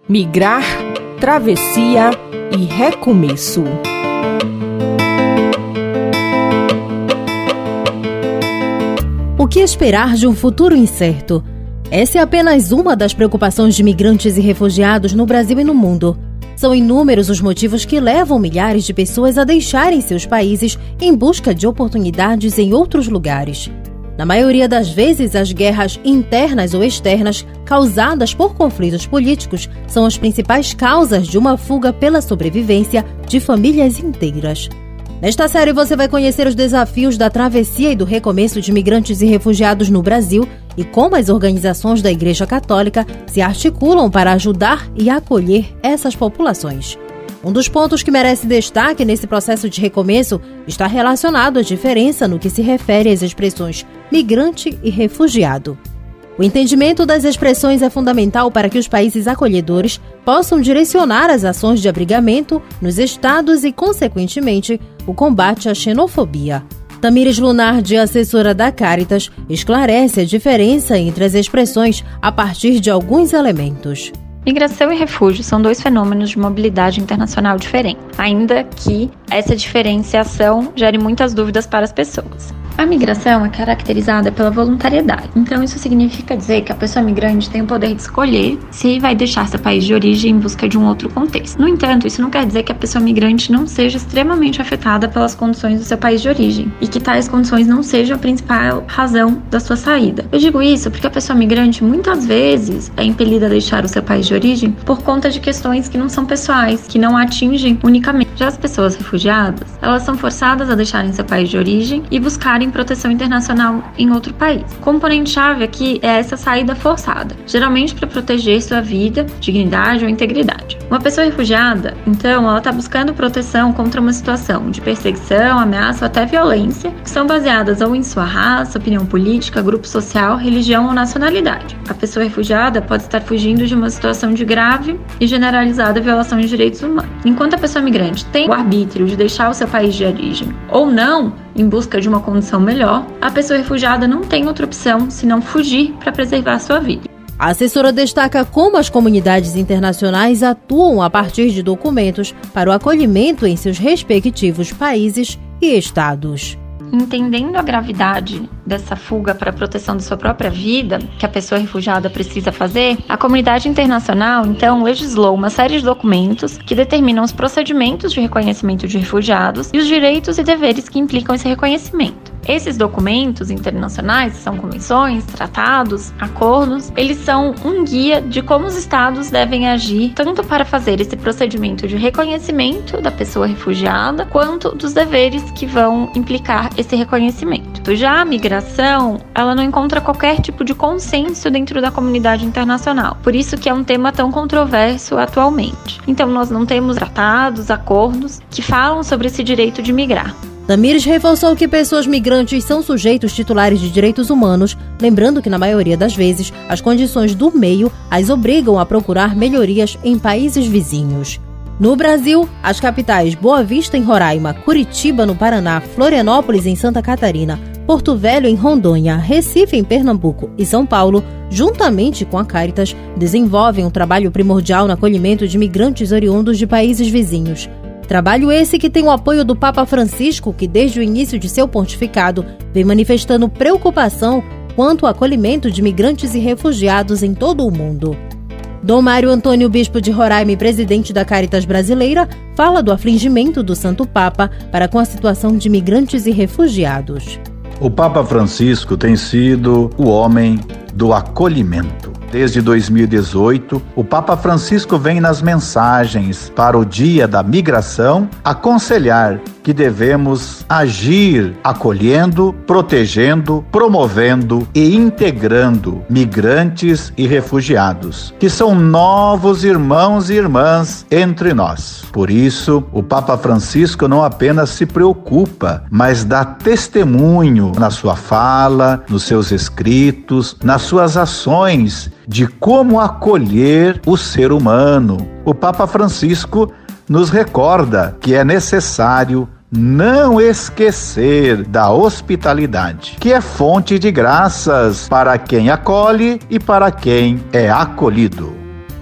Migrar, travessia e recomeço. O que esperar de um futuro incerto? Essa é apenas uma das preocupações de migrantes e refugiados no Brasil e no mundo. São inúmeros os motivos que levam milhares de pessoas a deixarem seus países em busca de oportunidades em outros lugares. Na maioria das vezes, as guerras internas ou externas causadas por conflitos políticos são as principais causas de uma fuga pela sobrevivência de famílias inteiras. Nesta série você vai conhecer os desafios da travessia e do recomeço de migrantes e refugiados no Brasil e como as organizações da Igreja Católica se articulam para ajudar e acolher essas populações. Um dos pontos que merece destaque nesse processo de recomeço está relacionado à diferença no que se refere às expressões migrante e refugiado. O entendimento das expressões é fundamental para que os países acolhedores possam direcionar as ações de abrigamento nos estados e, consequentemente, o combate à xenofobia. Tamires Lunardi, assessora da Caritas, esclarece a diferença entre as expressões a partir de alguns elementos. Migração e refúgio são dois fenômenos de mobilidade internacional diferentes, ainda que essa diferenciação gere muitas dúvidas para as pessoas. A migração é caracterizada pela voluntariedade, então isso significa dizer que a pessoa migrante tem o poder de escolher se vai deixar seu país de origem em busca de um outro contexto. No entanto, isso não quer dizer que a pessoa migrante não seja extremamente afetada pelas condições do seu país de origem e que tais condições não sejam a principal razão da sua saída. Eu digo isso porque a pessoa migrante muitas vezes é impelida a deixar o seu país de origem por conta de questões que não são pessoais, que não atingem unicamente. Já as pessoas refugiadas, elas são forçadas a deixarem seu país de origem e buscarem proteção internacional em outro país. O componente-chave aqui é essa saída forçada, geralmente para proteger sua vida, dignidade ou integridade. Uma pessoa refugiada, então, ela está buscando proteção contra uma situação de perseguição, ameaça ou até violência, que são baseadas ou em sua raça, opinião política, grupo social, religião ou nacionalidade. A pessoa refugiada pode estar fugindo de uma situação de grave e generalizada violação de direitos humanos. Enquanto a pessoa migrante tem o arbítrio de deixar o seu país de origem ou não, em busca de uma condição melhor, a pessoa refugiada não tem outra opção senão fugir para preservar sua vida. A assessora destaca como as comunidades internacionais atuam a partir de documentos para o acolhimento em seus respectivos países e estados. Entendendo a gravidade dessa fuga para a proteção de sua própria vida, que a pessoa refugiada precisa fazer, a comunidade internacional, então, legislou uma série de documentos que determinam os procedimentos de reconhecimento de refugiados e os direitos e deveres que implicam esse reconhecimento. Esses documentos internacionais, são convenções, tratados, acordos, eles são um guia de como os estados devem agir, tanto para fazer esse procedimento de reconhecimento da pessoa refugiada, quanto dos deveres que vão implicar esse reconhecimento. Já a migração, ela não encontra qualquer tipo de consenso dentro da comunidade internacional, por isso que é um tema tão controverso atualmente. Então nós não temos tratados, acordos que falam sobre esse direito de migrar. Tamires reforçou que pessoas migrantes são sujeitos titulares de direitos humanos, lembrando que, na maioria das vezes, as condições do meio as obrigam a procurar melhorias em países vizinhos. No Brasil, as capitais Boa Vista, em Roraima, Curitiba, no Paraná, Florianópolis, em Santa Catarina, Porto Velho, em Rondônia, Recife, em Pernambuco e São Paulo, juntamente com a Caritas, desenvolvem um trabalho primordial no acolhimento de migrantes oriundos de países vizinhos. Trabalho esse que tem o apoio do Papa Francisco, que desde o início de seu pontificado vem manifestando preocupação quanto ao acolhimento de migrantes e refugiados em todo o mundo. Dom Mário Antônio, bispo de Roraima e presidente da Caritas Brasileira, fala do afligimento do Santo Papa para com a situação de migrantes e refugiados. O Papa Francisco tem sido o homem do acolhimento. Desde 2018, o Papa Francisco vem nas mensagens para o Dia da Migração aconselhar que devemos agir acolhendo, protegendo, promovendo e integrando migrantes e refugiados, que são novos irmãos e irmãs entre nós. Por isso, o Papa Francisco não apenas se preocupa, mas dá testemunho na sua fala, nos seus escritos, nas suas ações de como acolher o ser humano. O Papa Francisco nos recorda que é necessário não esquecer da hospitalidade, que é fonte de graças para quem acolhe e para quem é acolhido.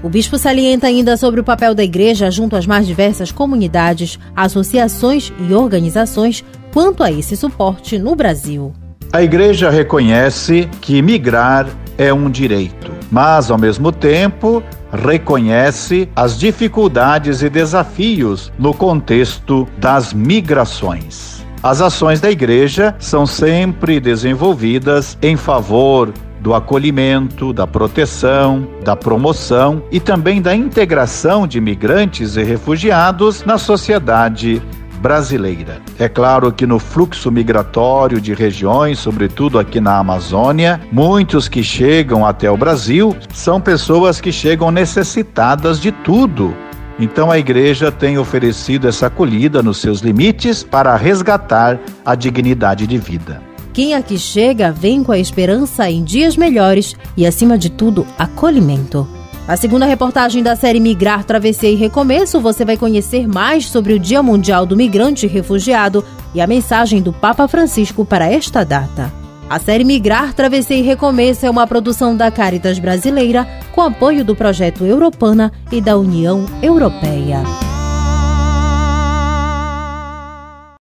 O bispo salienta ainda sobre o papel da igreja junto às mais diversas comunidades, associações e organizações quanto a esse suporte no Brasil. A igreja reconhece que migrar é um direito, mas, ao mesmo tempo, reconhece as dificuldades e desafios no contexto das migrações. As ações da igreja são sempre desenvolvidas em favor do acolhimento, da proteção, da promoção e também da integração de migrantes e refugiados na sociedade brasileira. É claro que no fluxo migratório de regiões, sobretudo aqui na Amazônia, muitos que chegam até o Brasil são pessoas que chegam necessitadas de tudo. Então a igreja tem oferecido essa acolhida nos seus limites para resgatar a dignidade de vida. Quem aqui chega vem com a esperança em dias melhores e, acima de tudo, acolhimento. Na segunda reportagem da série Migrar, Travessia e Recomeço, você vai conhecer mais sobre o Dia Mundial do Migrante e Refugiado e a mensagem do Papa Francisco para esta data. A série Migrar, Travessia e Recomeço é uma produção da Caritas Brasileira com apoio do projeto Europana e da União Europeia.